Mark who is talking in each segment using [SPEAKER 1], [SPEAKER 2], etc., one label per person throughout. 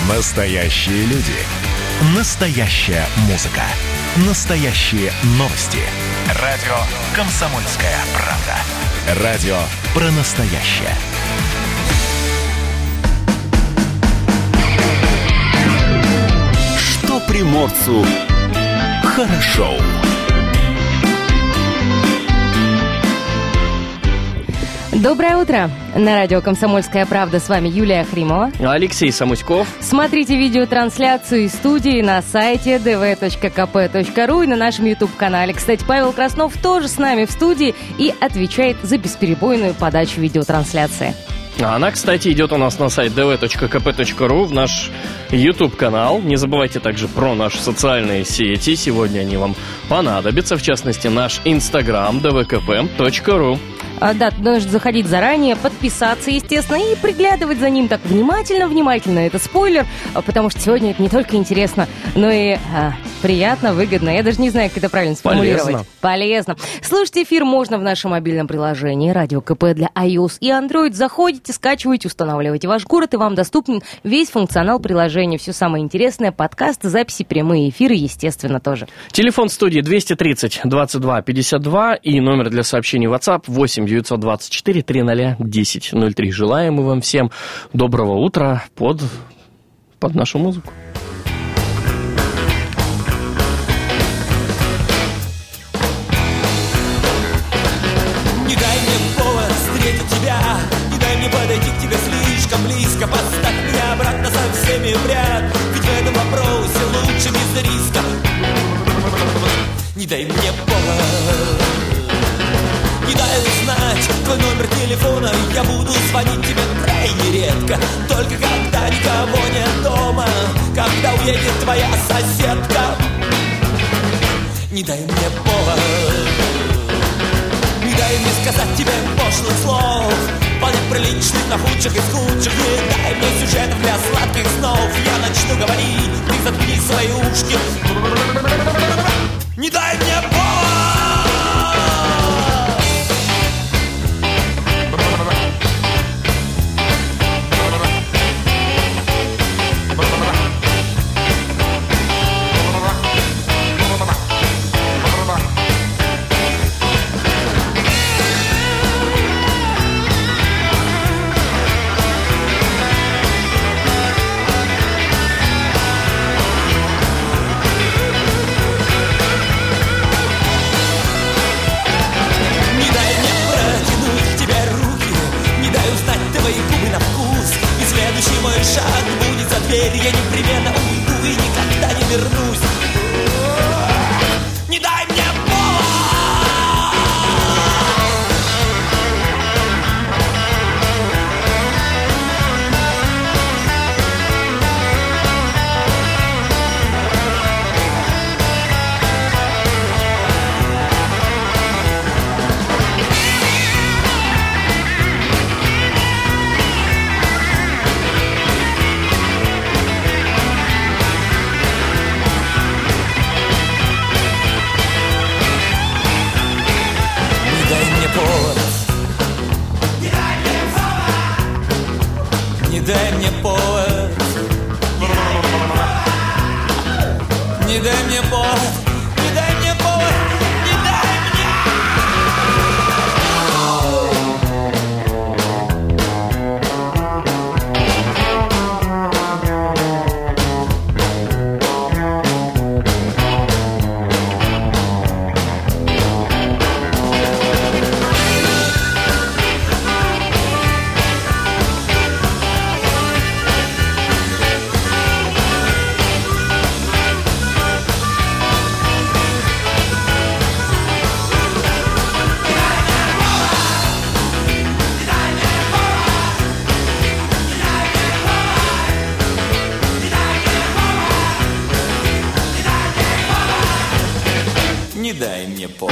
[SPEAKER 1] Настоящие люди. Настоящая музыка. Настоящие новости. Радио «Комсомольская правда». Радио про настоящее. Что приморцу хорошо.
[SPEAKER 2] Доброе утро! На радио «Комсомольская правда» с вами Юлия Хримова.
[SPEAKER 3] Алексей Самуськов.
[SPEAKER 2] Смотрите видеотрансляцию из студии на сайте dv.kp.ru и на нашем YouTube-канале. Кстати, Павел Краснов тоже с нами в студии и отвечает за бесперебойную подачу видеотрансляции.
[SPEAKER 3] А она, кстати, идет у нас на сайт dv.kp.ru, в наш YouTube-канал. Не забывайте также про наши социальные сети. Сегодня они вам понадобятся. В частности, наш Instagram dvkp.ru.
[SPEAKER 2] Да, нужно заходить заранее, подписаться, естественно, и приглядывать за ним так внимательно. Это спойлер, потому что сегодня это не только интересно, но и приятно, выгодно. Я даже не знаю, как это правильно сформулировать. Полезно. Слушать эфир можно в нашем мобильном приложении «Радио КП» для iOS и Android. Заходите, скачивайте, устанавливайте ваш город, и вам доступен весь функционал приложения. Все самое интересное, подкасты, записи, прямые эфиры, естественно, тоже.
[SPEAKER 3] Телефон студии 230 22 52 и номер для сообщений WhatsApp 8 924 300 1003. Желаем мы вам всем доброго утра под нашу музыку.
[SPEAKER 4] Не дай мне повод встретить тебя, не дай мне подойти к тебе слишком близко. Поставь меня обратно со всеми в ряд, ведь в этом вопросе лучше без риска. Не дай мне повод, не дай узнать твой номер телефона. Я буду звонить тебе крайне редко, только когда никого нет дома, когда уедет твоя соседка. Не дай мне повод, не дай мне сказать тебе пошлых слов, понять приличных на худших из худших. Не дай мне сюжетов для сладких снов. Я начну говорить, ты заткни свои ушки. Не дай мне повод. Следующий мой шаг будет за дверь. Я непременно уйду и никогда не вернусь. Не дай мне дай мне повод, не дай мне повод, не дай мне повод, не дай мне повод.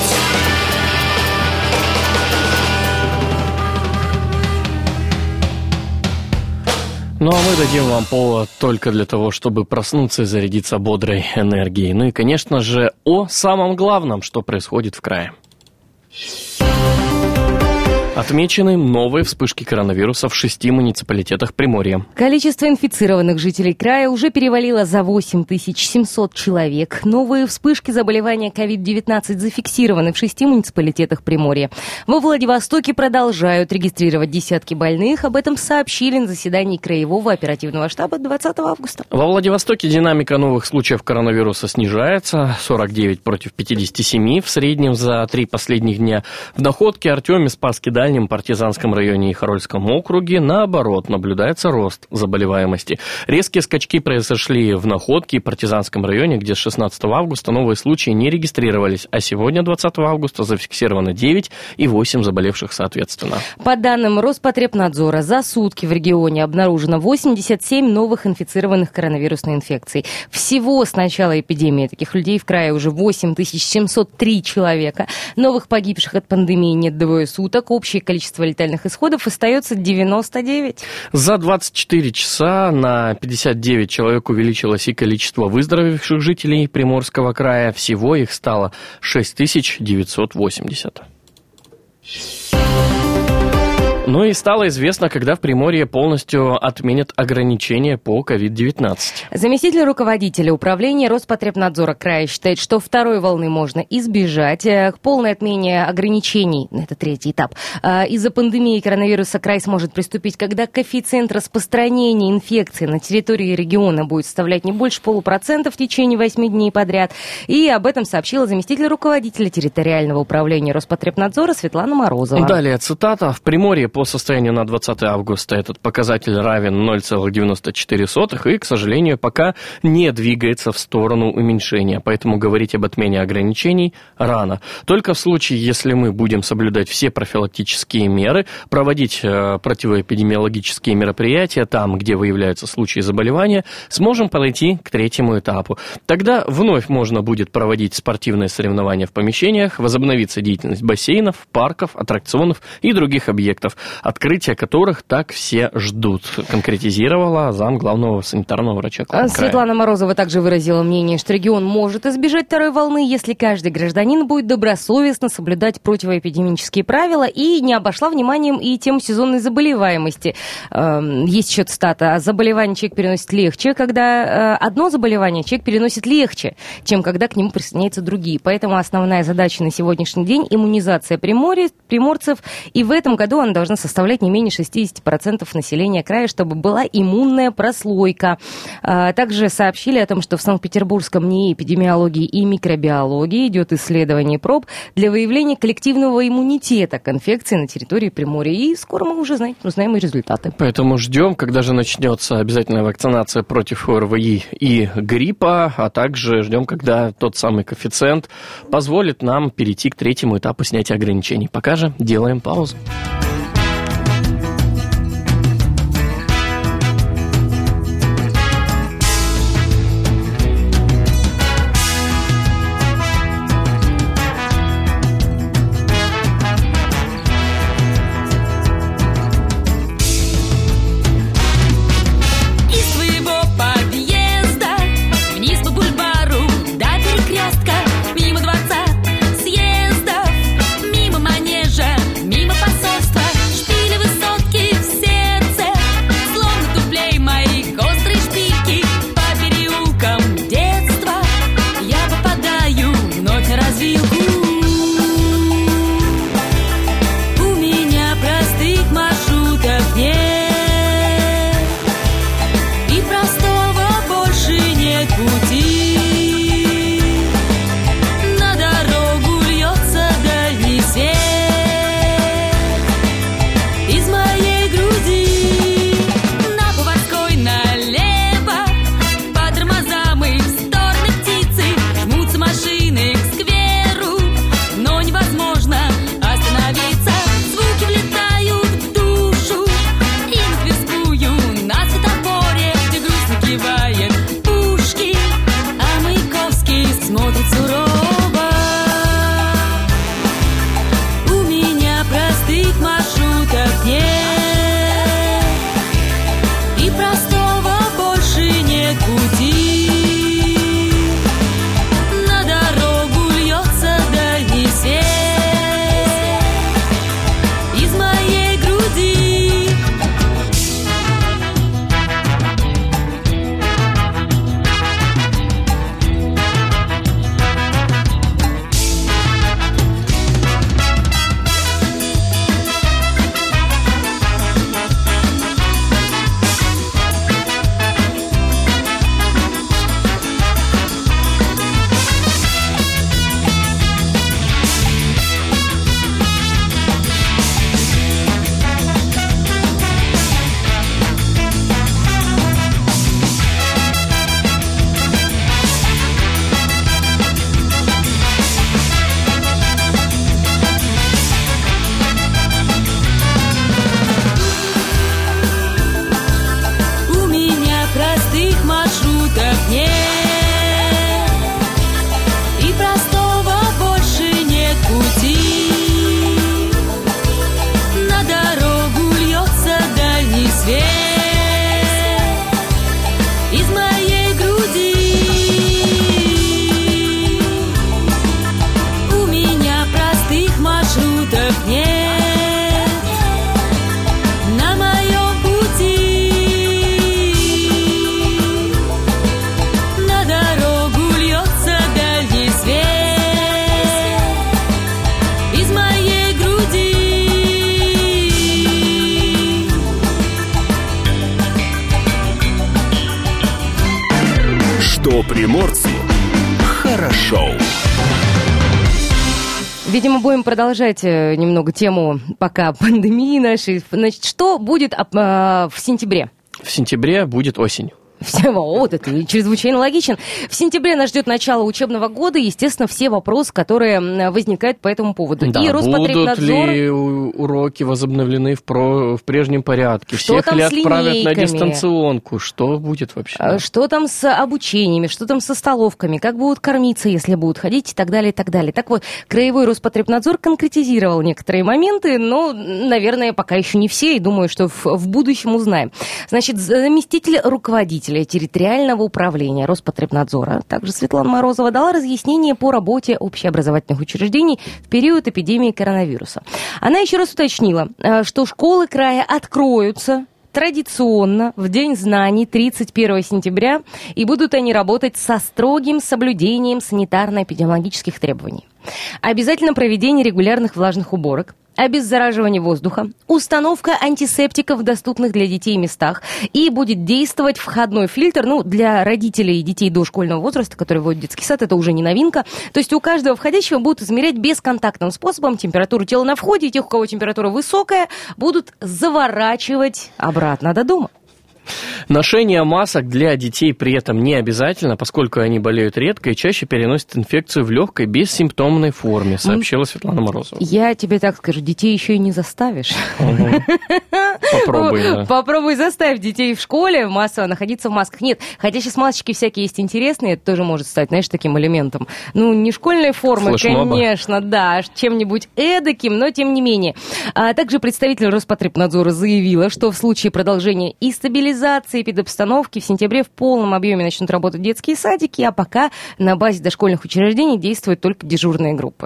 [SPEAKER 3] Ну а мы дадим вам повод только для того, чтобы проснуться и зарядиться бодрой энергией. Ну и, конечно же, о самом главном, что происходит в крае. Отмечены новые вспышки коронавируса в 6 муниципалитетах Приморья.
[SPEAKER 2] Количество инфицированных жителей края уже перевалило за 8700 человек. Новые вспышки заболевания COVID-19 зафиксированы в 6 муниципалитетах Приморья. Во Владивостоке продолжают регистрировать десятки больных. Об этом сообщили на заседании Краевого оперативного штаба 20 августа.
[SPEAKER 3] Во Владивостоке динамика новых случаев коронавируса снижается. 49 против 57 в среднем за 3 последних дня. В Находке, Артеме, Спасске Дальнем, Партизанском районе и Харольском округе, наоборот, наблюдается рост заболеваемости. Резкие скачки произошли в Находке и Партизанском районе, где с 16 августа новые случаи не регистрировались, а сегодня, 20 августа, зафиксировано 9 и 8 заболевших соответственно.
[SPEAKER 2] По данным Роспотребнадзора, за сутки в регионе обнаружено 87 новых инфицированных коронавирусной инфекцией. Всего с начала эпидемии таких людей в крае уже 8703 человека. Новых погибших от пандемии нет двое суток. Общее количество летальных исходов остается 99.
[SPEAKER 3] За 24 часа на 59 человек увеличилось и количество выздоровевших жителей Приморского края. Всего их стало 6980. Ну и стало известно, когда в Приморье полностью отменят ограничения по COVID-19.
[SPEAKER 2] Заместитель руководителя управления Роспотребнадзора края считает, что второй волны можно избежать. К полной отмене ограничений, это третий этап, из-за пандемии коронавируса край сможет приступить, когда коэффициент распространения инфекции на территории региона будет составлять не больше 0,5% в течение 8 дней подряд. И об этом сообщила заместитель руководителя территориального управления Роспотребнадзора Светлана Морозова.
[SPEAKER 3] Далее цитата. В Приморье по состоянию на 20 августа этот показатель равен 0,94 и, к сожалению, пока не двигается в сторону уменьшения. Поэтому говорить об отмене ограничений рано. Только в случае, если мы будем соблюдать все профилактические меры, проводить противоэпидемиологические мероприятия там, где выявляются случаи заболевания, сможем подойти к третьему этапу. Тогда вновь можно будет проводить спортивные соревнования в помещениях, возобновится деятельность бассейнов, парков, аттракционов и других объектов, открытия которых так все ждут, конкретизировала зам главного санитарного врача края.
[SPEAKER 2] Светлана Морозова также выразила мнение, что регион может избежать второй волны, если каждый гражданин будет добросовестно соблюдать противоэпидемические правила, и не обошла вниманием и тему сезонной заболеваемости. Есть еще цитата. Заболевание человек переносит легче, когда одно заболевание человек переносит легче, чем когда к нему присоединяются другие. Поэтому основная задача на сегодняшний день – иммунизация приморцев, и в этом году она должна составлять не менее 60% населения края, чтобы была иммунная прослойка. Также сообщили о том, что в Санкт-Петербургском НИИ эпидемиологии и микробиологии идет исследование проб для выявления коллективного иммунитета к инфекции на территории Приморья. И скоро мы уже узнаем и результаты.
[SPEAKER 3] Поэтому ждем, когда же начнется обязательная вакцинация против ОРВИ и гриппа, а также ждем, когда тот самый коэффициент позволит нам перейти к третьему этапу снятия ограничений. Пока же делаем паузу.
[SPEAKER 5] Из моей
[SPEAKER 1] По приморцу хорошо.
[SPEAKER 2] Видимо, будем продолжать немного тему пока пандемии нашей. Значит, что будет в сентябре?
[SPEAKER 3] В сентябре будет осень.
[SPEAKER 2] Вот это чрезвычайно логично. В сентябре нас ждет начало учебного года, естественно, все вопросы, которые возникают по этому поводу.
[SPEAKER 3] Да,
[SPEAKER 2] и Роспотребнадзор...
[SPEAKER 3] будут ли уроки возобновлены в прежнем порядке?
[SPEAKER 2] Что
[SPEAKER 3] Всех
[SPEAKER 2] там
[SPEAKER 3] ли
[SPEAKER 2] с
[SPEAKER 3] отправят
[SPEAKER 2] линейками?
[SPEAKER 3] на дистанционку? Что будет вообще?
[SPEAKER 2] Что там с обучениями, что там со столовками, как будут кормиться, если будут ходить и так далее, и так далее. Так вот, Краевой Роспотребнадзор конкретизировал некоторые моменты, но, наверное, пока еще не все, и думаю, что в будущем узнаем. Значит, заместитель руководителя территориального управления Роспотребнадзора, также Светлана Морозова, дала разъяснение по работе общеобразовательных учреждений в период эпидемии коронавируса. Она еще раз уточнила, что школы края откроются традиционно в День знаний 31 сентября, и будут они работать со строгим соблюдением санитарно-эпидемиологических требований. Обязательно проведение регулярных влажных уборок, обеззараживание воздуха, установка антисептиков в доступных для детей местах, и будет действовать входной фильтр, для родителей и детей дошкольного возраста, которые вводят в детский сад, это уже не новинка. То есть у каждого входящего будут измерять бесконтактным способом температуру тела на входе, и тех, у кого температура высокая, будут заворачивать обратно до дома.
[SPEAKER 3] Ношение масок для детей при этом не обязательно, поскольку они болеют редко и чаще переносят инфекцию в легкой, бессимптомной форме, сообщила Светлана Морозова.
[SPEAKER 2] Я тебе так скажу, детей еще и не заставишь.
[SPEAKER 3] Попробуй, да.
[SPEAKER 2] Попробуй заставь детей в школе массово находиться в масках. Нет, хотя сейчас масочки всякие есть интересные, это тоже может стать, знаешь, таким элементом. Не школьной формы, конечно, да, чем-нибудь эдаким, но тем не менее. Также представитель Роспотребнадзора заявила, что в случае продолжения и стабилизации эпидобстановки в сентябре в полном объеме начнут работать детские садики, а пока на базе дошкольных учреждений действуют только дежурные группы.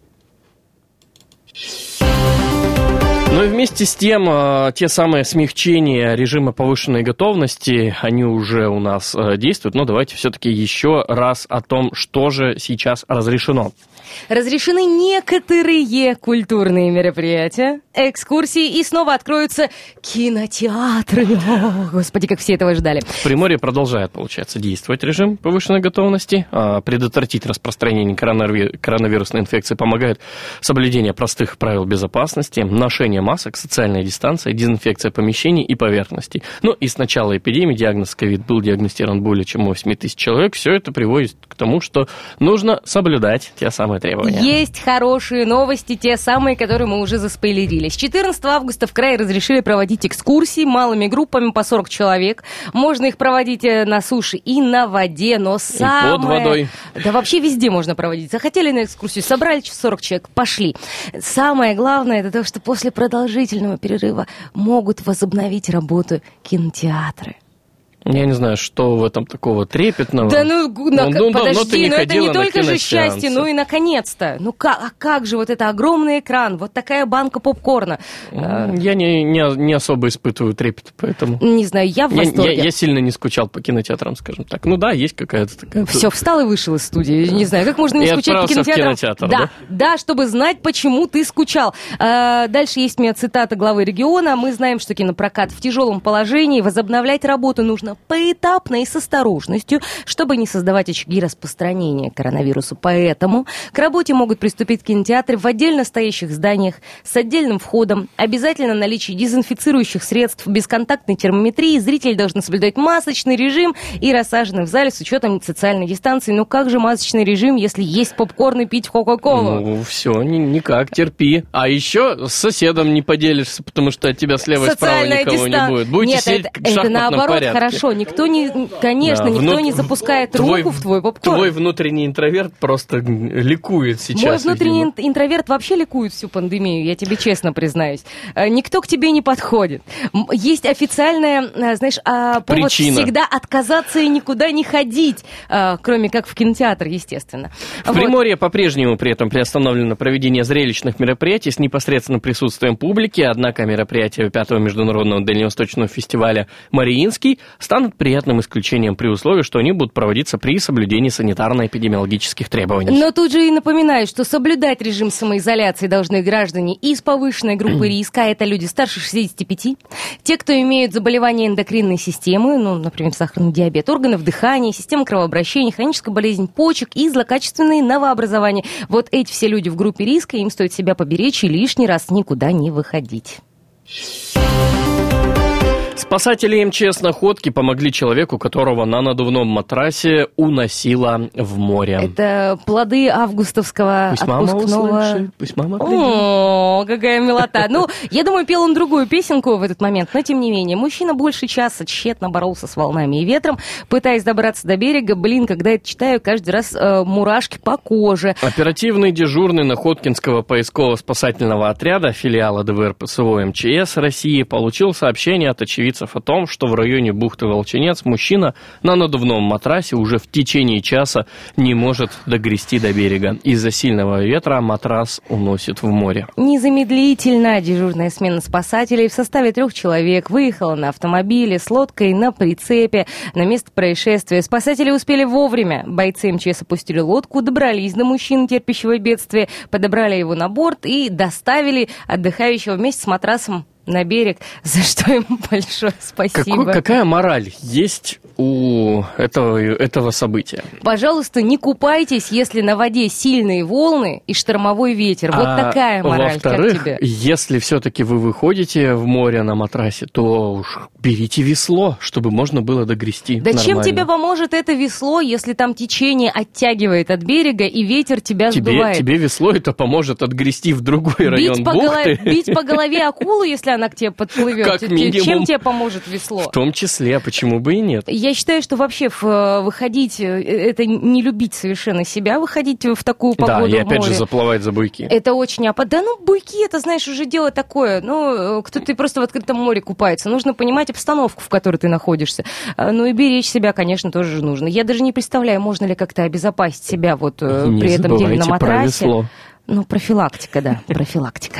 [SPEAKER 3] Но и вместе с тем, те самые смягчения режима повышенной готовности, они уже у нас действуют. Но давайте все-таки еще раз о том, что же сейчас разрешено.
[SPEAKER 2] Разрешены некоторые культурные мероприятия, экскурсии, и снова откроются кинотеатры. О, господи, как все этого ждали.
[SPEAKER 3] В Приморье продолжает, получается, действовать режим повышенной готовности. Предотвратить распространение коронавирусной инфекции помогает соблюдение простых правил безопасности, ношение масок, социальная дистанция, дезинфекция помещений и поверхностей. И с начала эпидемии диагноз ковид был диагностирован более чем у 8 тысяч человек. Все это приводит к тому, что нужно соблюдать те самые требования.
[SPEAKER 2] Есть хорошие новости, те самые, которые мы уже заспойлерили. С 14 августа в крае разрешили проводить экскурсии малыми группами по 40 человек. Можно их проводить на суше и на воде, но самое...
[SPEAKER 3] И под водой.
[SPEAKER 2] Да вообще везде можно проводить. Захотели на экскурсию, собрали 40 человек, пошли. Самое главное, это то, что после продолжительного перерыва могут возобновить работу кинотеатры.
[SPEAKER 3] Я не знаю, что в этом такого трепетного.
[SPEAKER 2] Да
[SPEAKER 3] подожди,
[SPEAKER 2] это не только же счастье, и наконец-то. Как же вот это огромный экран, вот такая банка попкорна.
[SPEAKER 3] Я не особо испытываю трепет, поэтому...
[SPEAKER 2] Не знаю, я в восторге.
[SPEAKER 3] Я сильно не скучал по кинотеатрам, скажем так. Есть какая-то такая...
[SPEAKER 2] Все, встал и вышел из студии. Не знаю, как можно не скучать по кинотеатрам?
[SPEAKER 3] В кинотеатр,
[SPEAKER 2] да, чтобы знать, почему ты скучал. Дальше есть у меня цитата главы региона. Мы знаем, что кинопрокат в тяжелом положении. Возобновлять работу нужно поэтапно и с осторожностью, чтобы не создавать очаги распространения коронавируса. Поэтому к работе могут приступить кинотеатры в отдельно стоящих зданиях с отдельным входом, обязательно наличие дезинфицирующих средств, бесконтактной термометрии, зрители должны соблюдать масочный режим и рассажены в зале с учетом социальной дистанции. Как же масочный режим, если есть попкорн и пить кока-колу?
[SPEAKER 3] Все, никак, терпи. А еще с соседом не поделишься, потому что от тебя слева и справа никого не будет. Будете сидеть в шахматном
[SPEAKER 2] наоборот
[SPEAKER 3] порядке.
[SPEAKER 2] Никто не запускает руку в твой попкорн.
[SPEAKER 3] Твой внутренний интроверт просто ликует сейчас.
[SPEAKER 2] Мой внутренний интроверт вообще ликует всю пандемию, я тебе честно признаюсь. Никто к тебе не подходит. Есть официальная, повод всегда отказаться и никуда не ходить, кроме как в кинотеатр, естественно.
[SPEAKER 3] В Приморье по-прежнему при этом приостановлено проведение зрелищных мероприятий с непосредственным присутствием публики, однако мероприятие 5-го международного дальневосточного фестиваля «Мариинский» станут приятным исключением при условии, что они будут проводиться при соблюдении санитарно-эпидемиологических требований.
[SPEAKER 2] Но тут же и напоминаю, что соблюдать режим самоизоляции должны граждане из повышенной группы риска, это люди старше 65, те, кто имеют заболевания эндокринной системы, ну, например, сахарный диабет, органов дыхания, системы кровообращения, хроническая болезнь почек и злокачественные новообразования. Вот эти все люди в группе риска, им стоит себя поберечь и лишний раз никуда не выходить.
[SPEAKER 3] Спасатели МЧС «Находки» помогли человеку, которого на надувном матрасе уносило в море.
[SPEAKER 2] Это плоды августовского
[SPEAKER 3] пусть мама
[SPEAKER 2] отпускного...
[SPEAKER 3] услышит, пусть мама придет.
[SPEAKER 2] О, какая милота. Ну, я думаю, пел он другую песенку в этот момент, но тем не менее. Мужчина больше часа тщетно боролся с волнами и ветром, пытаясь добраться до берега. Блин, когда это читаю, каждый раз мурашки по коже.
[SPEAKER 3] Оперативный дежурный Находкинского поисково-спасательного отряда филиала ДВР ПСО МЧС России получил сообщение от очевидцев о том, что в районе бухты Волчинец мужчина на надувном матрасе уже в течение часа не может догрести до берега. Из-за сильного ветра матрас уносит в море.
[SPEAKER 2] Незамедлительно дежурная смена спасателей в составе 3 человек выехала на автомобиле с лодкой на прицепе на место происшествия. Спасатели успели вовремя. Бойцы МЧС опустили лодку, добрались до мужчины, терпящего бедствия, подобрали его на борт и доставили отдыхающего вместе с матрасом на берег, за что им большое спасибо.
[SPEAKER 3] Какая мораль есть у этого события?
[SPEAKER 2] Пожалуйста, не купайтесь, если на воде сильные волны и штормовой ветер. Вот такая мораль,
[SPEAKER 3] во-вторых,
[SPEAKER 2] как тебе?
[SPEAKER 3] Если все-таки вы выходите в море на матрасе, то уж берите весло, чтобы можно было догрести
[SPEAKER 2] Да
[SPEAKER 3] нормально.
[SPEAKER 2] чем тебе поможет это весло, если там течение оттягивает от берега и ветер тебя сдувает?
[SPEAKER 3] Тебе весло это поможет отгрести в другой район бухты.
[SPEAKER 2] Бить по голове акулу, если она к тебе подплывет.
[SPEAKER 3] Как минимум.
[SPEAKER 2] Чем тебе поможет весло?
[SPEAKER 3] В том числе, почему бы и нет?
[SPEAKER 2] Я считаю, что вообще выходить, это не любить совершенно себя, выходить в такую погоду
[SPEAKER 3] Да, и
[SPEAKER 2] в море.
[SPEAKER 3] опять же заплывать за буйки.
[SPEAKER 2] Это очень опасно. Да ну, буйки, это, знаешь, уже дело такое. Ну, кто-то просто в открытом море купается. Нужно понимать обстановку, в которой ты находишься. Ну и беречь себя, конечно, тоже нужно. Я даже не представляю, можно ли как-то обезопасить себя вот при этом деле на матрасе.
[SPEAKER 3] Про весло.
[SPEAKER 2] Ну, профилактика, да, профилактика.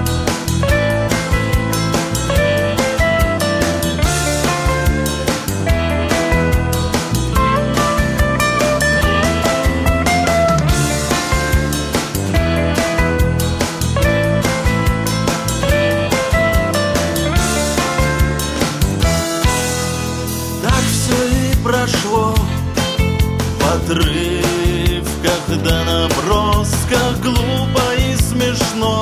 [SPEAKER 5] Прошло в отрывках да набросках, глупо и смешно.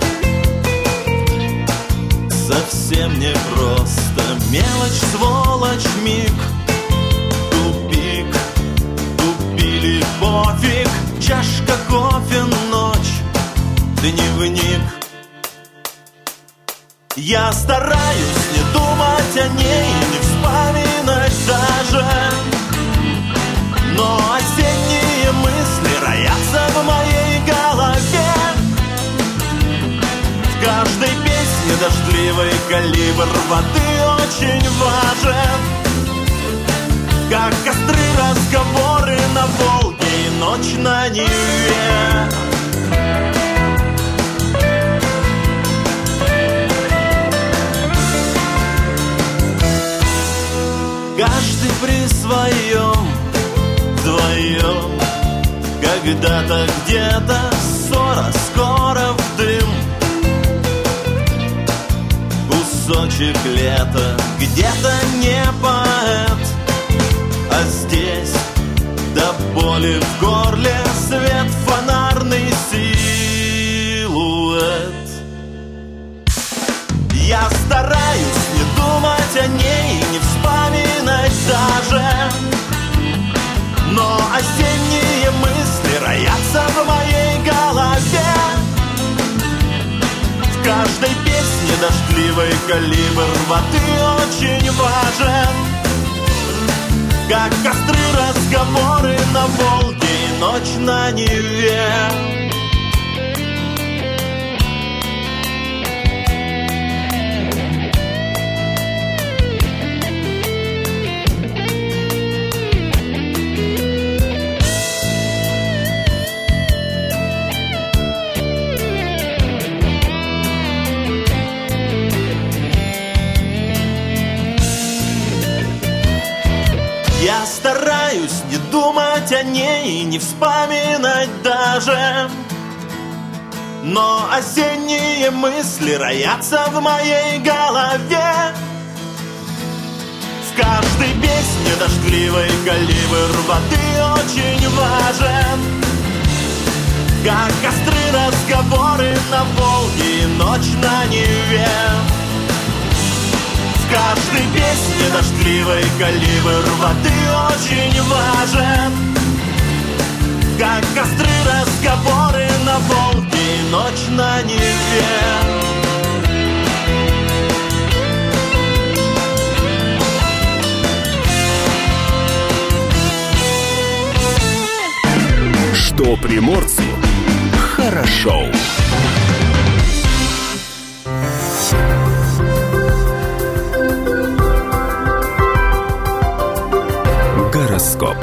[SPEAKER 5] Совсем не просто, мелочь, сволочь, миг, тупик, тупили, пофиг, чашка кофе, ночь, дневник. Я стараюсь не думать о ней, не вспоминать даже, но осенние мысли роятся в моей голове. В каждой песне дождливый калибр воды очень важен, как костры, разговоры на Волге и ночь на Неве. Каждый при своем, вдвоем, когда-то где-то ссора, скоро в дым. Кусочек лета, где-то не поэт, а здесь до боли в горле свет, фонарный силуэт. Я стараюсь не думать о ней, не вспоминать даже, но осенние мысли роятся в моей голове. В каждой песне дождливый калибр воды очень важен, как костры, разговоры на Волге и ночь на Неве. Я стараюсь не думать о ней и не вспоминать даже, но осенние мысли роятся в моей голове. В каждой песне дождливой калибр воды очень важен, как костры, разговоры на Волге и ночь на Неве. В каждой песне дождливой калибр воды очень важен, как костры, разговоры на Волге и ночь на Неве.
[SPEAKER 1] Что приморцу хорошо. Гороскоп.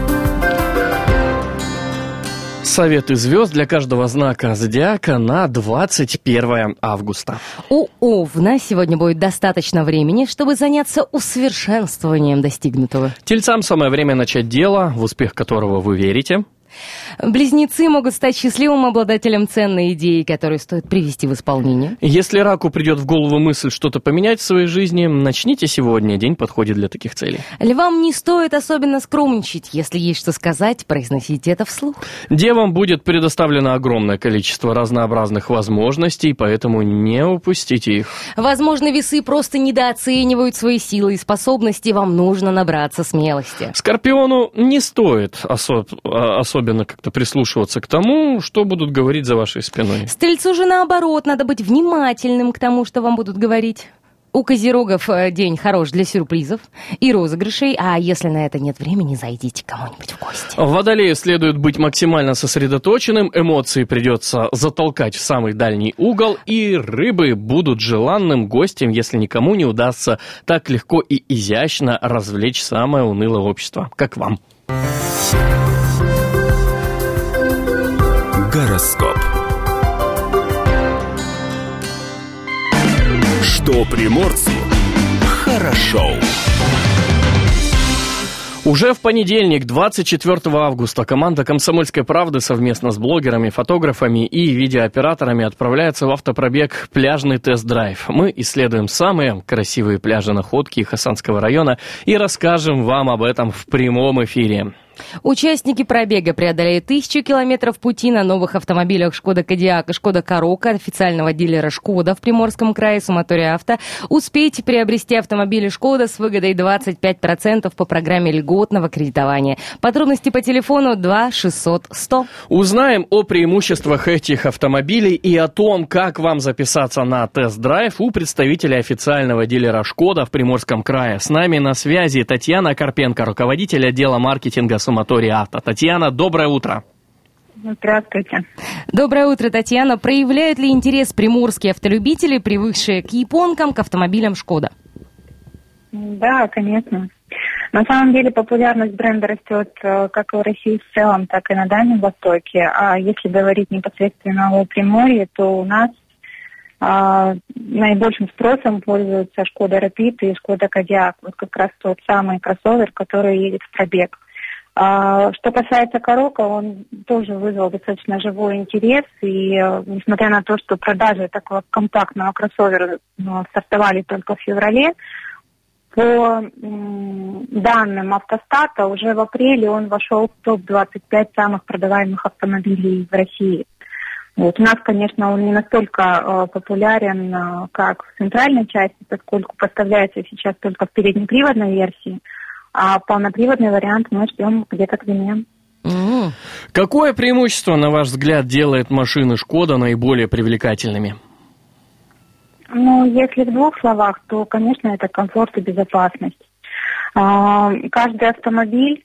[SPEAKER 3] Советы звезд для каждого знака зодиака на 21 августа.
[SPEAKER 2] У Овна сегодня будет достаточно времени, чтобы заняться усовершенствованием достигнутого.
[SPEAKER 3] Тельцам самое время начать дело, в успех которого вы верите.
[SPEAKER 2] Близнецы могут стать счастливым обладателем ценной идеи, которую стоит привести в исполнение.
[SPEAKER 3] Если раку придет в голову мысль что-то поменять в своей жизни, начните сегодня, день подходит для таких целей.
[SPEAKER 2] Львам не стоит особенно скромничать. Если есть что сказать, произносите это вслух.
[SPEAKER 3] Девам будет предоставлено огромное количество разнообразных возможностей, поэтому не упустите их.
[SPEAKER 2] Возможно, весы просто недооценивают свои силы и способности, вам нужно набраться смелости.
[SPEAKER 3] Скорпиону не стоит особенно как-то прислушиваться к тому, что будут говорить за вашей спиной.
[SPEAKER 2] Стрельцу же наоборот, надо быть внимательным к тому, что вам будут говорить. У козерогов день хорош для сюрпризов и розыгрышей, а если на это нет времени, зайдите к кому-нибудь в гости.
[SPEAKER 3] Водолею следует быть максимально сосредоточенным, эмоции придется затолкать в самый дальний угол, и рыбы будут желанным гостем, если никому не удастся так легко и изящно развлечь самое унылое общество, как вам.
[SPEAKER 1] Гороскоп. Что приморцу хорошо.
[SPEAKER 3] Уже в понедельник, 24 августа, команда «Комсомольской правды» совместно с блогерами, фотографами и видеооператорами отправляется в автопробег «Пляжный тест-драйв». Мы исследуем самые красивые пляжи находки Хасанского района и расскажем вам об этом в прямом эфире.
[SPEAKER 2] Участники пробега преодолеют 1000 километров пути на новых автомобилях «Шкода Кодиак» и «Шкода Карока» официального дилера «Шкода» в Приморском крае «Суматория Авто». Успейте приобрести автомобили «Шкода» с выгодой 25% по программе льготного кредитования. Подробности по телефону 2 600 100.
[SPEAKER 3] Узнаем о преимуществах этих автомобилей и о том, как вам записаться на тест-драйв у представителя официального дилера «Шкода» в Приморском крае. С нами на связи Татьяна Карпенко, руководитель отдела маркетинга «Суматория Авто». Татьяна, доброе утро.
[SPEAKER 6] Здравствуйте.
[SPEAKER 2] Доброе утро, Татьяна. Проявляют ли интерес приморские автолюбители, привыкшие к японкам, к автомобилям «Шкода»?
[SPEAKER 6] Да, конечно. На самом деле популярность бренда растет как в России в целом, так и на Дальнем Востоке. А если говорить непосредственно о Приморье, то у нас наибольшим спросом пользуются «Шкода Rapid» и «Шкода Кодиак». Вот как раз тот самый кроссовер, который едет в пробег. Что касается Карока, он тоже вызвал достаточно живой интерес, и несмотря на то, что продажи такого компактного кроссовера стартовали только в феврале, по данным Автостата, уже в апреле он вошел в топ-25 самых продаваемых автомобилей в России. Вот. У нас, конечно, он не настолько популярен, как в центральной части, поскольку поставляется сейчас только в переднеприводной версии, а полноприводный вариант мы ждем где-то к зиме.
[SPEAKER 3] Какое преимущество, на ваш взгляд, делает машины «Шкода» наиболее привлекательными?
[SPEAKER 6] Ну, если в двух словах, то, конечно, это комфорт и безопасность. Каждый автомобиль,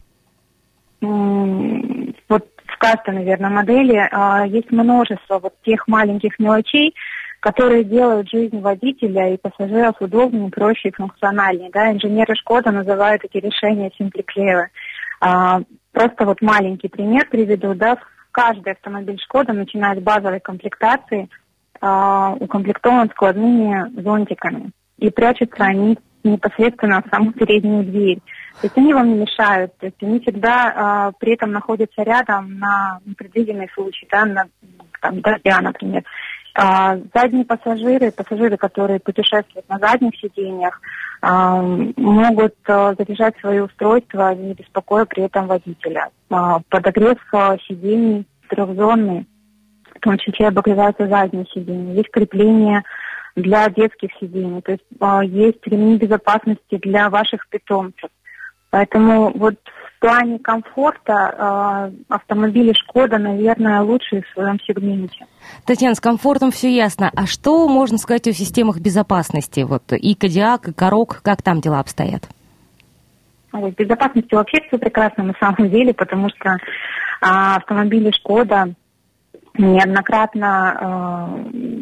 [SPEAKER 6] вот в каждой, наверное, модели есть множество вот тех маленьких мелочей, которые делают жизнь водителя и пассажиров удобнее, проще и функциональнее. Да? Инженеры «Шкода» называют эти решения «simply clever». Просто вот маленький пример приведу. Да? Каждый автомобиль «Шкода», начиная с базовой комплектации, укомплектован складными зонтиками. И прячутся они непосредственно в саму переднюю дверь. То есть они вам не мешают, то есть они всегда при этом находятся рядом на непредвиденный случай, да, на дождя, например. Задние пассажиры, которые путешествуют на задних сиденьях, могут заряжать свои устройства, не беспокоя при этом водителя. Подогрев сидений трехзонный, в том числе обогреваются задние сиденья. Есть крепление для детских сидений, то есть есть ремни безопасности для ваших питомцев. Поэтому вот в плане комфорта автомобили «Шкода», наверное, лучшие в своем сегменте.
[SPEAKER 2] Татьяна, с комфортом все ясно. А что можно сказать о системах безопасности? Вот и Кодиак, и Корок, как там дела обстоят?
[SPEAKER 6] В безопасности вообще все прекрасно на самом деле, потому что автомобили «Шкода» неоднократно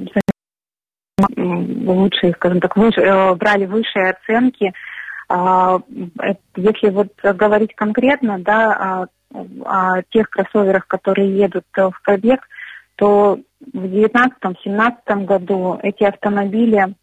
[SPEAKER 6] лучшие, скажем так, брали высшие оценки. Если вот говорить конкретно, да, о тех кроссоверах, которые едут в пробег, то в 2019-2017 году эти автомобили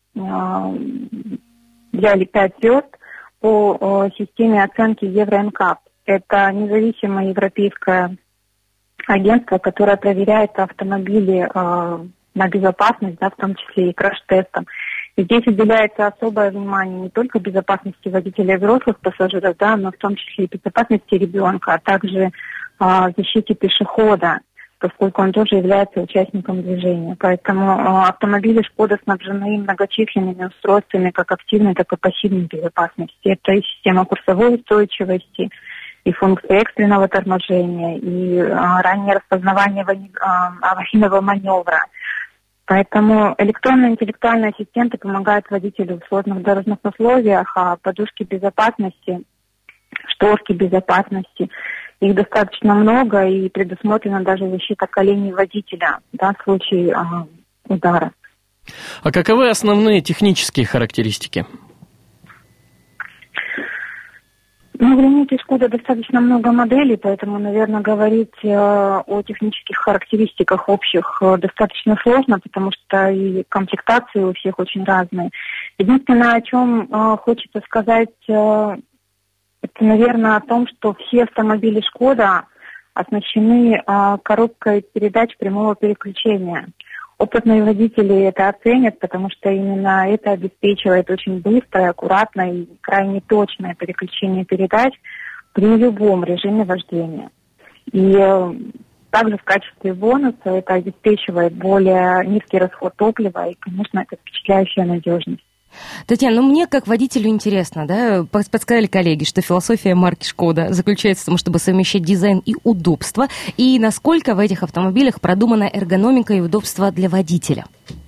[SPEAKER 6] взяли 5 звезд по системе оценки Евро-НКАП. Это независимое европейское агентство, которое проверяет автомобили на безопасность, да, в том числе и краш-тестом. И здесь уделяется особое внимание не только безопасности водителя и взрослых пассажиров, да, но в том числе и безопасности ребенка, а также защите пешехода, поскольку он тоже является участником движения. Поэтому автомобили «Шкода» снабжены многочисленными устройствами как активной, так и пассивной безопасности. Это и система курсовой устойчивости, и функции экстренного торможения, и раннее распознавание аварийного маневра. Поэтому электронные интеллектуальные ассистенты помогают водителю в сложных дорожных условиях, а подушки безопасности, шторки безопасности, их достаточно много, и предусмотрена даже защита коленей водителя, да, в случае удара.
[SPEAKER 3] А каковы основные технические характеристики?
[SPEAKER 6] Ну, в линейке «Шкода» достаточно много моделей, поэтому, наверное, говорить о технических характеристиках общих достаточно сложно, потому что и комплектации у всех очень разные. Единственное, о чем хочется сказать, это, наверное, о том, что все автомобили «Шкода» оснащены коробкой передач прямого переключения. Опытные водители это оценят, потому что именно это обеспечивает очень быстрое, аккуратное и крайне точное переключение передач при любом режиме вождения. И также в качестве бонуса это обеспечивает более низкий расход топлива и, конечно, это впечатляющая надежность.
[SPEAKER 2] Татьяна, мне как водителю интересно, да, подсказали коллеги, что философия марки «Шкода» заключается в том, чтобы совмещать дизайн и удобство, и насколько в этих автомобилях продумана эргономика и удобство для водителя?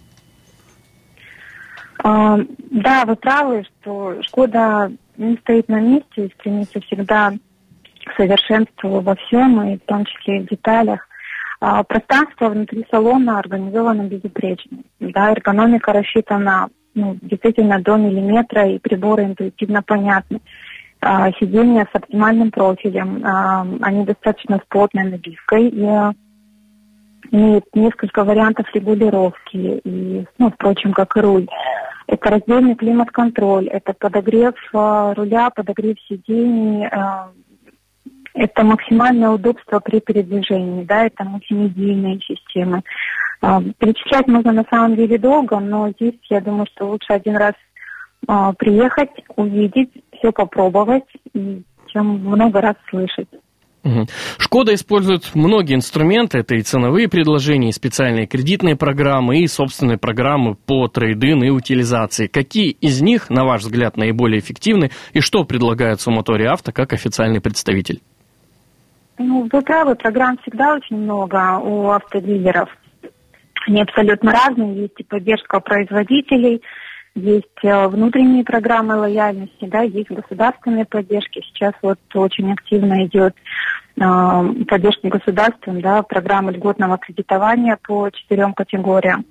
[SPEAKER 6] Да, вы правы, что «Шкода» не стоит на месте и стремится всегда к совершенству во всем, и в том числе и в деталях. Пространство внутри салона организовано безупречно. Да, эргономика рассчитана действительно до миллиметра, и приборы интуитивно понятны. Сиденья с оптимальным профилем, они достаточно с плотной набивкой, и имеют несколько вариантов регулировки, и, впрочем, как и руль. Это раздельный климат-контроль, это подогрев руля, подогрев сидений, это максимальное удобство при передвижении, да, это мультимедийные системы. Перечислять можно на самом деле долго, но здесь, я думаю, что лучше один раз приехать, увидеть, все попробовать, чем много раз слышать.
[SPEAKER 3] «Шкода» использует многие инструменты, это и ценовые предложения, и специальные кредитные программы, и собственные программы по трейд-ин и утилизации. Какие из них, на ваш взгляд, наиболее эффективны, и что предлагает Суматория Авто как официальный представитель?
[SPEAKER 6] Вы правы, программ всегда очень много у автодилеров. Они абсолютно разные, есть и поддержка производителей, есть внутренние программы лояльности, да, есть государственные поддержки. Сейчас вот очень активно идет поддержка государством, да, программа льготного кредитования по 4 категориям.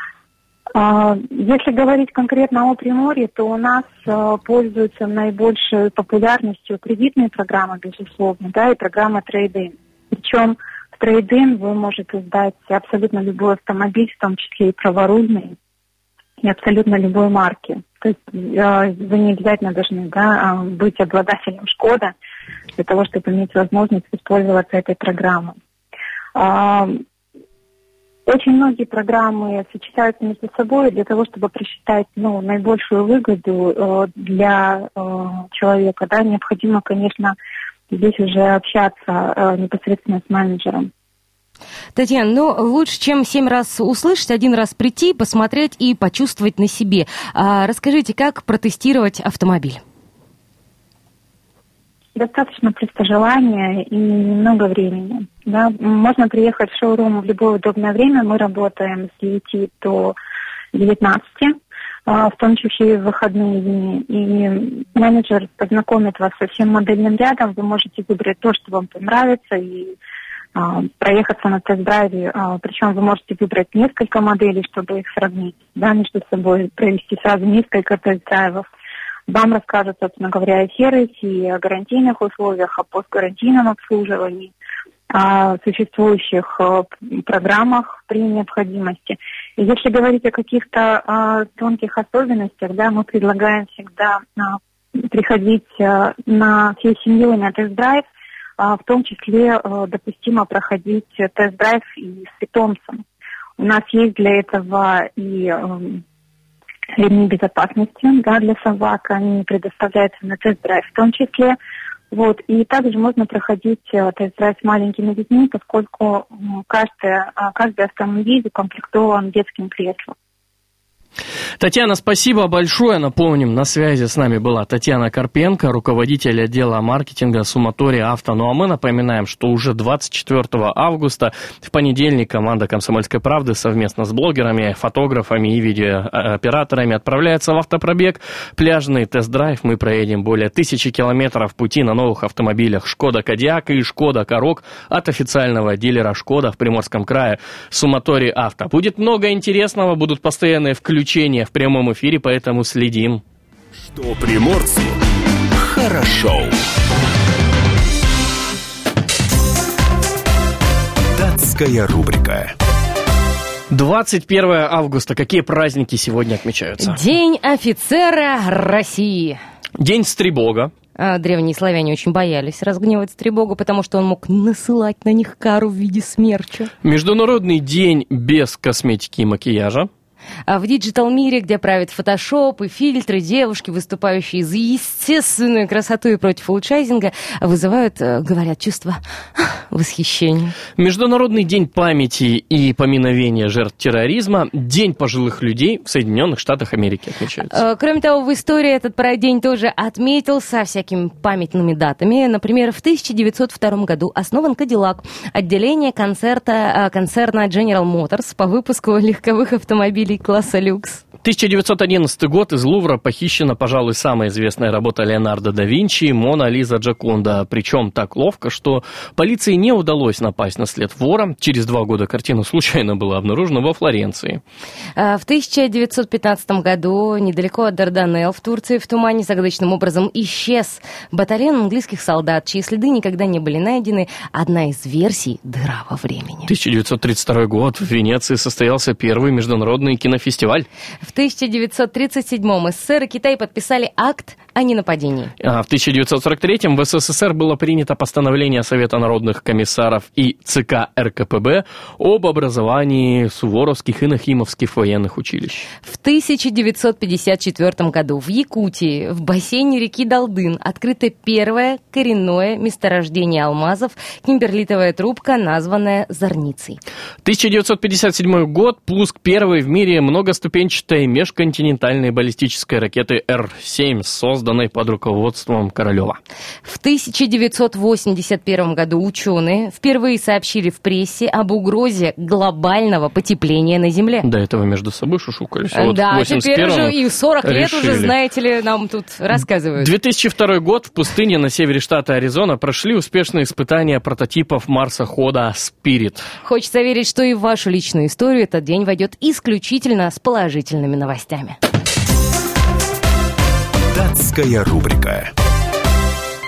[SPEAKER 6] Если говорить конкретно о Приморье, то у нас пользуются наибольшей популярностью кредитные программы, безусловно, да, и программа трейд-ин. Причем в трейд-ин вы можете сдать абсолютно любой автомобиль, в том числе и праворульный, и абсолютно любой марки. То есть вы не обязательно должны быть обладателем Шкода для того, чтобы иметь возможность воспользоваться этой программой. Очень многие программы сочетаются между собой для того, чтобы просчитать наибольшую выгоду для человека. Да, необходимо, конечно, здесь уже общаться непосредственно с менеджером.
[SPEAKER 2] Татьяна, лучше, чем 7 раз услышать, 1 раз прийти, посмотреть и почувствовать на себе. Расскажите, как протестировать автомобиль?
[SPEAKER 6] Достаточно просто желания и немного времени. Да? Можно приехать в шоурум в любое удобное время. Мы работаем с 9 до 19, в том числе и в выходные дни. И менеджер познакомит вас со всем модельным рядом. Вы можете выбрать то, что вам понравится, и проехаться на тест-драйве. Причем вы можете выбрать несколько моделей, чтобы их сравнить, между собой, провести сразу несколько тест-драйвов. Вам расскажут, собственно говоря, о сервисе, и о гарантийных условиях, о постгарантийном обслуживании, о существующих программах при необходимости. И если говорить о каких-то тонких особенностях, мы предлагаем всегда приходить на всей семьей на тест-драйв, в том числе допустимо проходить тест-драйв и с питомцем. У нас есть для этого и ремни безопасности для собак, они предоставляются на тест-драйв в том числе. И также можно проходить тест-драйв с маленькими детьми, поскольку каждый автомобиль укомплектован детским креслом.
[SPEAKER 3] Татьяна, спасибо большое. Напомним, на связи с нами была Татьяна Карпенко, руководитель отдела маркетинга Суматорий Авто. Ну а мы напоминаем, что уже 24 августа, в понедельник, команда «Комсомольской правды» совместно с блогерами, фотографами и видеооператорами отправляется в автопробег. Пляжный тест-драйв. Мы проедем более 1000 километров пути на новых автомобилях «Шкода Кодиак» и «Шкода Корок» от официального дилера «Шкода» в Приморском крае Суматорий Авто. Будет много интересного, будут постоянные включения в прямом эфире, поэтому следим.
[SPEAKER 1] Что приморцу хорошо. Датская рубрика.
[SPEAKER 3] 21 августа. Какие праздники сегодня отмечаются?
[SPEAKER 2] День офицера России.
[SPEAKER 3] День Стребога.
[SPEAKER 2] Древние славяне очень боялись разгневать Стребога, потому что он мог насылать на них кару в виде смерча.
[SPEAKER 3] Международный день без косметики и макияжа.
[SPEAKER 2] В диджитал-мире, где правит фотошоп и фильтры, девушки, выступающие за естественную красоту и против улучшайзинга, вызывают, говорят, чувство восхищения.
[SPEAKER 3] Международный день памяти и поминовения жертв терроризма. День пожилых людей в Соединенных Штатах Америки отмечается.
[SPEAKER 2] Кроме того, в истории этот день тоже отметился всякими памятными датами. Например, в 1902 году основан Кадиллак, отделение концерна General Motors по выпуску легковых автомобилей класса люкс.
[SPEAKER 3] 1911 год. Из Лувра похищена, пожалуй, самая известная работа Леонардо да Винчи «Мона Лиза Джоконда». Причем так ловко, что полиции не удалось напасть на след вора. Через 2 года картина случайно была обнаружена во Флоренции.
[SPEAKER 2] В 1915 году недалеко от Дарданелл в Турции в тумане загадочным образом исчез батальон английских солдат, чьи следы никогда не были найдены. Одна из версий – дыра во времени.
[SPEAKER 3] 1932 год. В Венеции состоялся первый международный кинофестиваль.
[SPEAKER 2] В 1937-м СССР и Китай подписали акт о ненападении.
[SPEAKER 3] В 1943-м в СССР было принято постановление Совета народных комиссаров и ЦК РКПБ об образовании суворовских и нахимовских военных училищ.
[SPEAKER 2] В 1954 году в Якутии в бассейне реки Далдын открыто первое коренное месторождение алмазов, кимберлитовая трубка, названная Зорницей.
[SPEAKER 3] 1957 год. Пуск первой в мире многоступенчатой межконтинентальной баллистической ракеты Р-7, созданной под руководством Королева.
[SPEAKER 2] В 1981 году ученые впервые сообщили в прессе об угрозе глобального потепления на Земле.
[SPEAKER 3] До этого между собой шушукались.
[SPEAKER 2] Да, теперь уже и 40 лет уже, знаете ли, нам тут рассказывают.
[SPEAKER 3] 2002 год. В пустыне на севере штата Аризона прошли успешные испытания прототипов марсохода «Спирит».
[SPEAKER 2] Хочется верить, что и в вашу личную историю этот день войдет исключительно с положительными новостями.
[SPEAKER 1] Датская рубрика.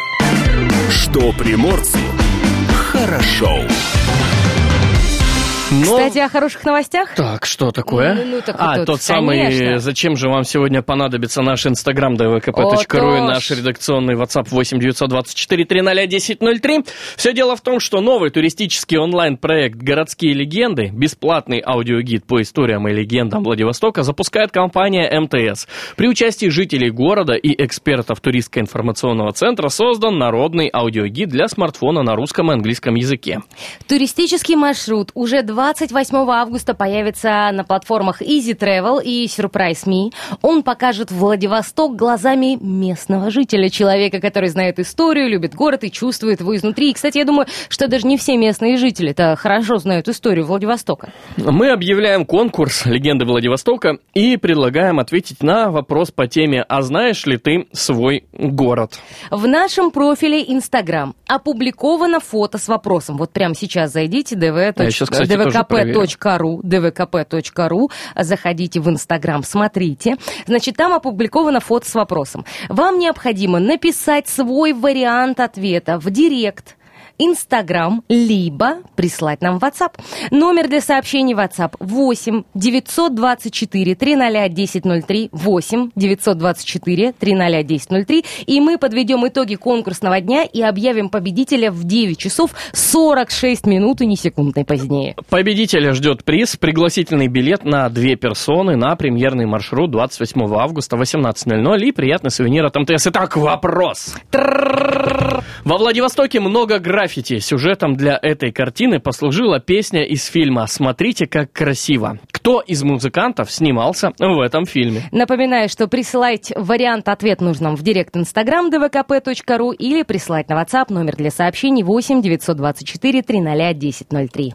[SPEAKER 1] Что приморцу хорошо.
[SPEAKER 2] Кстати, о хороших новостях.
[SPEAKER 3] Так, что такое? Тот самый, зачем же вам сегодня понадобится наш инстаграм dvkp.ru и наш редакционный WhatsApp 8-924-300-1003. Все дело в том, что новый туристический онлайн-проект «Городские легенды», бесплатный аудиогид по историям и легендам Владивостока, запускает компания МТС. При участии жителей города и экспертов туристско-информационного центра создан народный аудиогид для смартфона на русском и английском языке.
[SPEAKER 2] Туристический маршрут уже 28 августа появится на платформах Easy Travel и Surprise.me. Он покажет Владивосток глазами местного жителя, человека, который знает историю, любит город и чувствует его изнутри. И, кстати, я думаю, что даже не все местные жители-то хорошо знают историю Владивостока.
[SPEAKER 3] Мы объявляем конкурс «Легенды Владивостока» и предлагаем ответить на вопрос по теме «А знаешь ли ты свой город?».
[SPEAKER 2] В нашем профиле Instagram опубликовано фото с вопросом. Вот прямо сейчас зайдите dvkp.ru, заходите в Инстаграм, смотрите. Значит, там опубликовано фото с вопросом. Вам необходимо написать свой вариант ответа в директ Инстаграм, либо прислать нам в WhatsApp. Номер для сообщений в WhatsApp 8-924-300-1003, 8-924-300-1003. И мы подведем итоги конкурсного дня и объявим победителя в 9 часов 46 минут и ни секундной позднее.
[SPEAKER 3] Победителя ждет приз, пригласительный билет на 2 персоны на премьерный маршрут 28 августа 18:00 и приятный сувенир от МТС. Итак, вопрос. Во Владивостоке много граффити. Сюжетом для этой картины послужила песня из фильма «Смотрите, как красиво». Кто из музыкантов снимался в этом фильме?
[SPEAKER 2] Напоминаю, что присылать вариант ответ нужно в директ Инстаграм dvkp.ru или присылать на WhatsApp номер для сообщений 8-924-300-1003.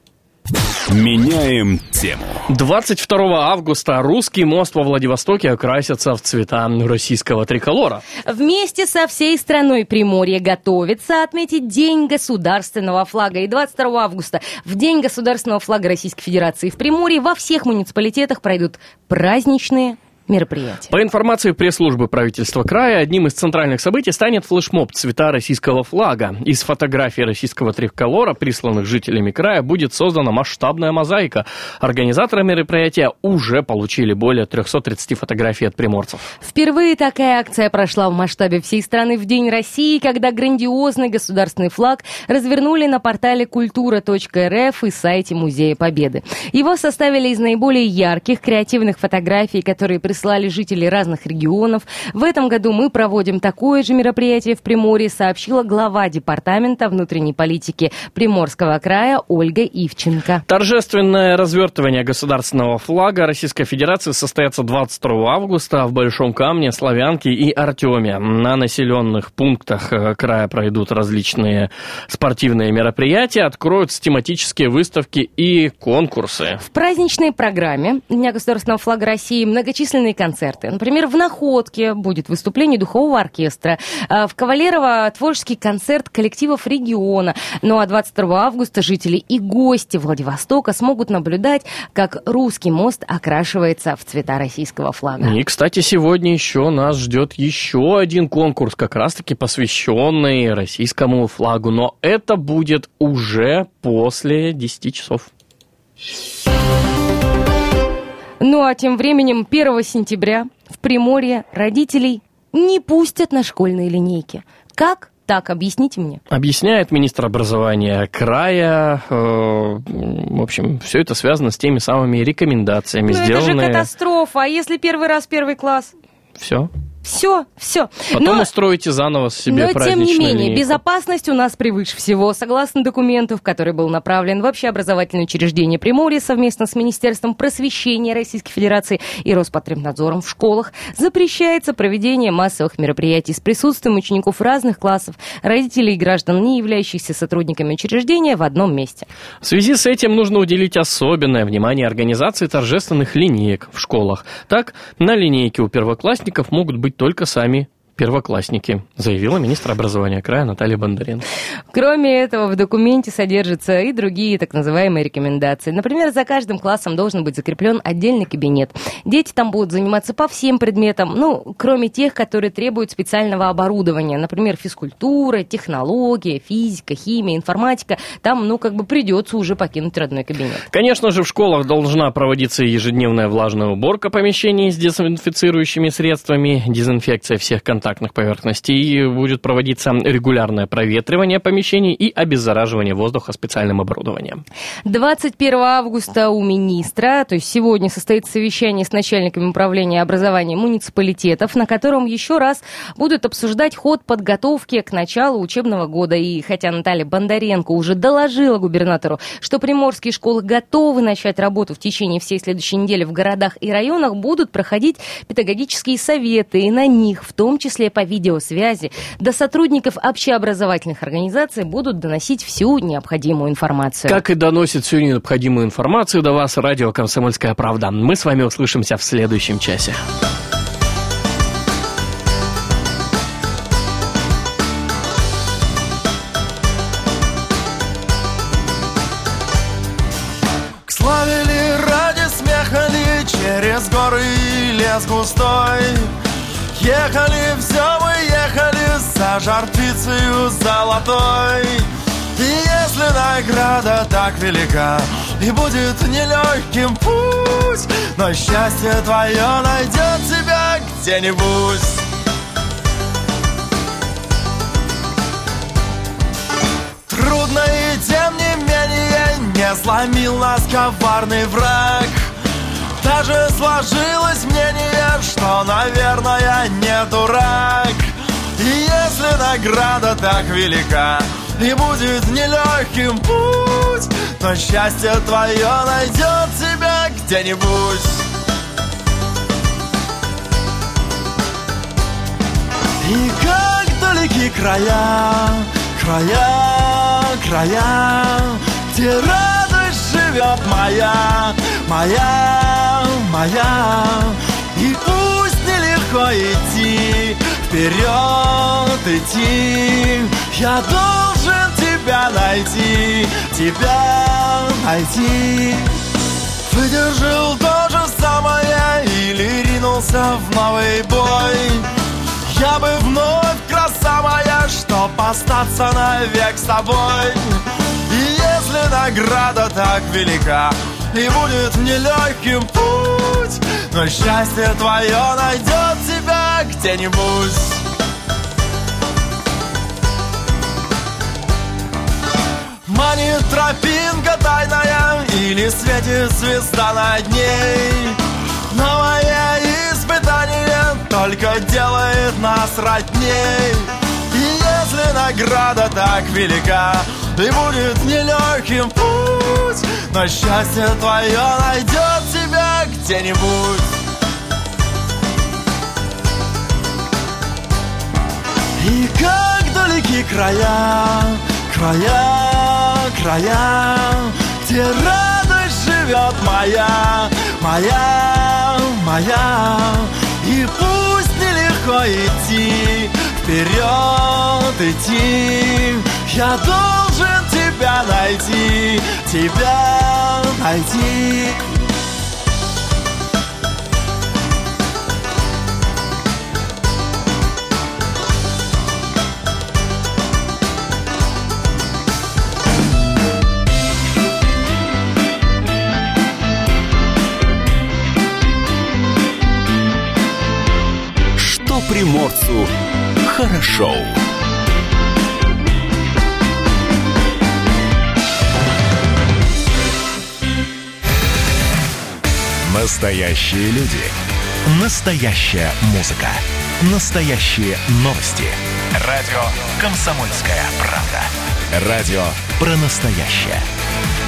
[SPEAKER 1] Меняем тему.
[SPEAKER 3] 22 августа русский мост во Владивостоке окрасится в цвета российского триколора.
[SPEAKER 2] Вместе со всей страной Приморье готовится отметить День государственного флага. И 22 августа, в День государственного флага Российской Федерации в Приморье, во всех муниципалитетах пройдут праздничные мероприятия.
[SPEAKER 3] По информации пресс-службы правительства края, одним из центральных событий станет флешмоб «Цвета российского флага». Из фотографий российского триколора, присланных жителями края, будет создана масштабная мозаика. Организаторы мероприятия уже получили более 330 фотографий от приморцев.
[SPEAKER 2] Впервые такая акция прошла в масштабе всей страны в День России, когда грандиозный государственный флаг развернули на портале kultura.rf и сайте Музея Победы. Его составили из наиболее ярких, креативных фотографий, которые прислали жители разных регионов. В этом году мы проводим такое же мероприятие в Приморье, сообщила глава Департамента внутренней политики Приморского края Ольга Ивченко.
[SPEAKER 3] Торжественное развертывание государственного флага Российской Федерации состоится 22 августа в Большом Камне, Славянке и Артеме. На населенных пунктах края пройдут различные спортивные мероприятия, откроются тематические выставки и конкурсы.
[SPEAKER 2] В праздничной программе Дня государственного флага России многочисленные концерты. Например, в Находке будет выступление духового оркестра. В Кавалерово творческий концерт коллективов региона. Ну а 22 августа жители и гости Владивостока смогут наблюдать, как русский мост окрашивается в цвета российского флага.
[SPEAKER 3] И, кстати, сегодня еще нас ждет еще один конкурс, как раз-таки посвященный российскому флагу. Но это будет уже после 10 часов.
[SPEAKER 2] Ну а тем временем 1 сентября в Приморье родителей не пустят на школьные линейки. Как так? Объясните мне.
[SPEAKER 3] Объясняет министр образования края. В общем, все это связано с теми самыми рекомендациями, сделанные...
[SPEAKER 2] Это же катастрофа. А если первый раз первый класс?
[SPEAKER 3] Все.
[SPEAKER 2] Все.
[SPEAKER 3] Потом устроите заново себе праздничную
[SPEAKER 2] Но, тем не менее,
[SPEAKER 3] линейку.
[SPEAKER 2] Безопасность у нас превыше всего. Согласно документу, в который был направлен в общеобразовательное учреждение Приморья совместно с Министерством просвещения Российской Федерации и Роспотребнадзором в школах, запрещается проведение массовых мероприятий с присутствием учеников разных классов, родителей и граждан, не являющихся сотрудниками учреждения, в одном месте.
[SPEAKER 3] В связи с этим нужно уделить особенное внимание организации торжественных линеек в школах. Так, на линейке у первоклассников могут быть только сами первоклассники, заявила министр образования края Наталья Бондаренко.
[SPEAKER 2] Кроме этого, в документе содержатся и другие так называемые рекомендации. Например, за каждым классом должен быть закреплен отдельный кабинет. Дети там будут заниматься по всем предметам, кроме тех, которые требуют специального оборудования. Например, физкультура, технология, физика, химия, информатика. Там, придется уже покинуть родной кабинет.
[SPEAKER 3] Конечно же, в школах должна проводиться ежедневная влажная уборка помещений с дезинфицирующими средствами, дезинфекция всех контактных поверхностей, будет проводиться регулярное проветривание помещений и обеззараживание воздуха специальным оборудованием.
[SPEAKER 2] 21 августа у министра, то есть сегодня, состоится совещание с начальниками управления образования муниципалитетов, на котором еще раз будут обсуждать ход подготовки к началу учебного года. И хотя Наталья Бондаренко уже доложила губернатору, что приморские школы готовы начать работу в течение всей следующей недели в городах и районах, будут проходить педагогические советы, и на них, в том числе по видеосвязи, до сотрудников общеобразовательных организаций будут доносить всю необходимую информацию.
[SPEAKER 3] Как и доносит всю необходимую информацию до вас радио «Комсомольская правда». Мы с вами услышимся в следующем часе.
[SPEAKER 5] К славе ли, ради смеха ли, через горы и лес густой, ехали, все мы ехали за жар-птицею золотой. И если награда так велика, и будет нелегким путь, но счастье твое найдет тебя где-нибудь. Трудно и тем не менее не сломил нас коварный враг. Даже сложилось мнение, что, наверное, не дурак. И если награда так велика, и будет нелегким путь, но счастье твое найдет тебя где-нибудь. И как далеки края, края, края, где радость живет моя, моя, моя. И пусть нелегко идти, вперед идти, я должен тебя найти, тебя найти. Выдержал то же самое или ринулся в новый бой, я бы вновь, краса моя, чтоб остаться навек с тобой. И если награда так велика, и будет нелегким путь, но счастье твое найдет тебя где-нибудь. Манит тропинка тайная, или светит звезда над ней, новое испытание только делает нас родней. И если награда так велика, и будет нелегким путь, но счастье твое найдет тебя где-нибудь. И как далеки края, края, края, где радость живет моя, моя, моя. И пусть нелегко идти, вперед идти, я должен тебя найти, тебя найти.
[SPEAKER 1] Что приморцу хорошо.
[SPEAKER 7] Настоящие люди. Настоящая музыка. Настоящие новости. Радио «Комсомольская правда». Радио про настоящее.